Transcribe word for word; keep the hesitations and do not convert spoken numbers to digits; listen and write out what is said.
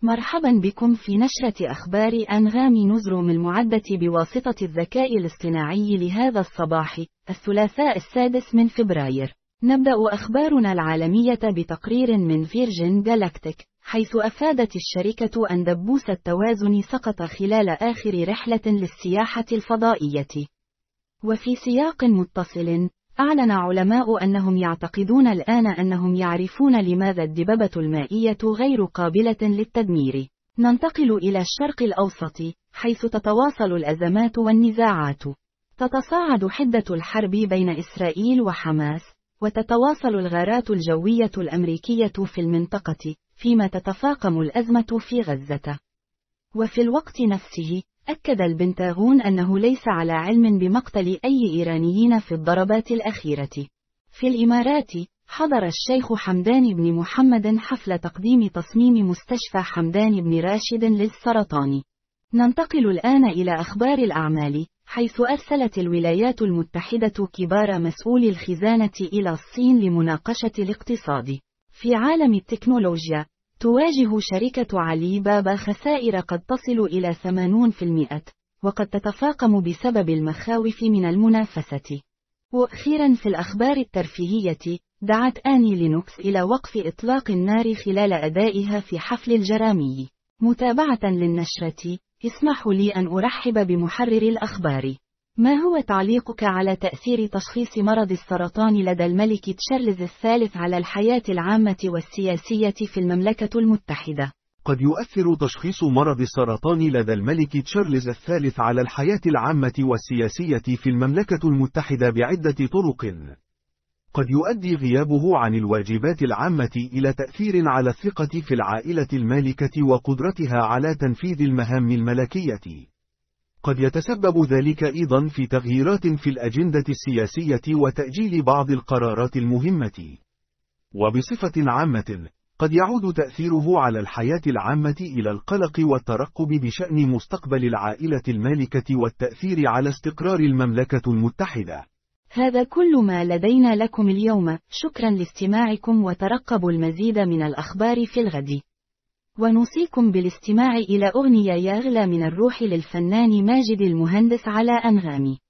مرحبا بكم في نشرة أخبار أنغام نزروم المعدة بواسطة الذكاء الاصطناعي لهذا الصباح، الثلاثاء السادس من فبراير. نبدأ أخبارنا العالمية بتقرير من فيرجن جالاكتيك، حيث أفادت الشركة أن دبوس التوازن سقط خلال آخر رحلة للسياحة الفضائية. وفي سياق متصل، أعلن علماء أنهم يعتقدون الآن أنهم يعرفون لماذا الدببة المائية غير قابلة للتدمير. ننتقل إلى الشرق الأوسط، حيث تتواصل الأزمات والنزاعات. تتصاعد حدة الحرب بين إسرائيل وحماس، وتتواصل الغارات الجوية الأمريكية في المنطقة، فيما تتفاقم الأزمة في غزة. وفي الوقت نفسه، أكد البنتاغون أنه ليس على علم بمقتل أي إيرانيين في الضربات الأخيرة. في الإمارات، حضر الشيخ حمدان بن محمد حفل تقديم تصميم مستشفى حمدان بن راشد للسرطان. ننتقل الآن إلى أخبار الأعمال، حيث أرسلت الولايات المتحدة كبار مسؤولي الخزانة إلى الصين لمناقشة الاقتصاد. في عالم التكنولوجيا، تواجه شركة علي بابا خسائر قد تصل إلى ثمانين بالمئة، وقد تتفاقم بسبب المخاوف من المنافسة. وأخيرا في الأخبار الترفيهية، دعت آني لينوكس إلى وقف إطلاق النار خلال أدائها في حفل الجرامي. متابعة للنشرة، اسمحوا لي أن أرحب بمحرر الأخبار. ما هو تعليقك على تأثير تشخيص مرض السرطان لدى الملك تشارلز الثالث على الحياة العامة والسياسية في المملكة المتحدة؟ قد يؤثر تشخيص مرض السرطان لدى الملك تشارلز الثالث على الحياة العامة والسياسية في المملكة المتحدة بعدة طرق. قد يؤدي غيابه عن الواجبات العامة إلى تأثير على الثقة في العائلة المالكة وقدرتها على تنفيذ المهام الملكية. قد يتسبب ذلك أيضا في تغييرات في الأجندة السياسية وتأجيل بعض القرارات المهمة. وبصفة عامة، قد يعود تأثيره على الحياة العامة إلى القلق والترقب بشأن مستقبل العائلة المالكة والتأثير على استقرار المملكة المتحدة. هذا كل ما لدينا لكم اليوم، شكرا لاستماعكم وترقبوا المزيد من الأخبار في الغد. ونوصيكم بالاستماع إلى أغنية يغلى من الروح للفنان ماجد المهندس على أنغامي.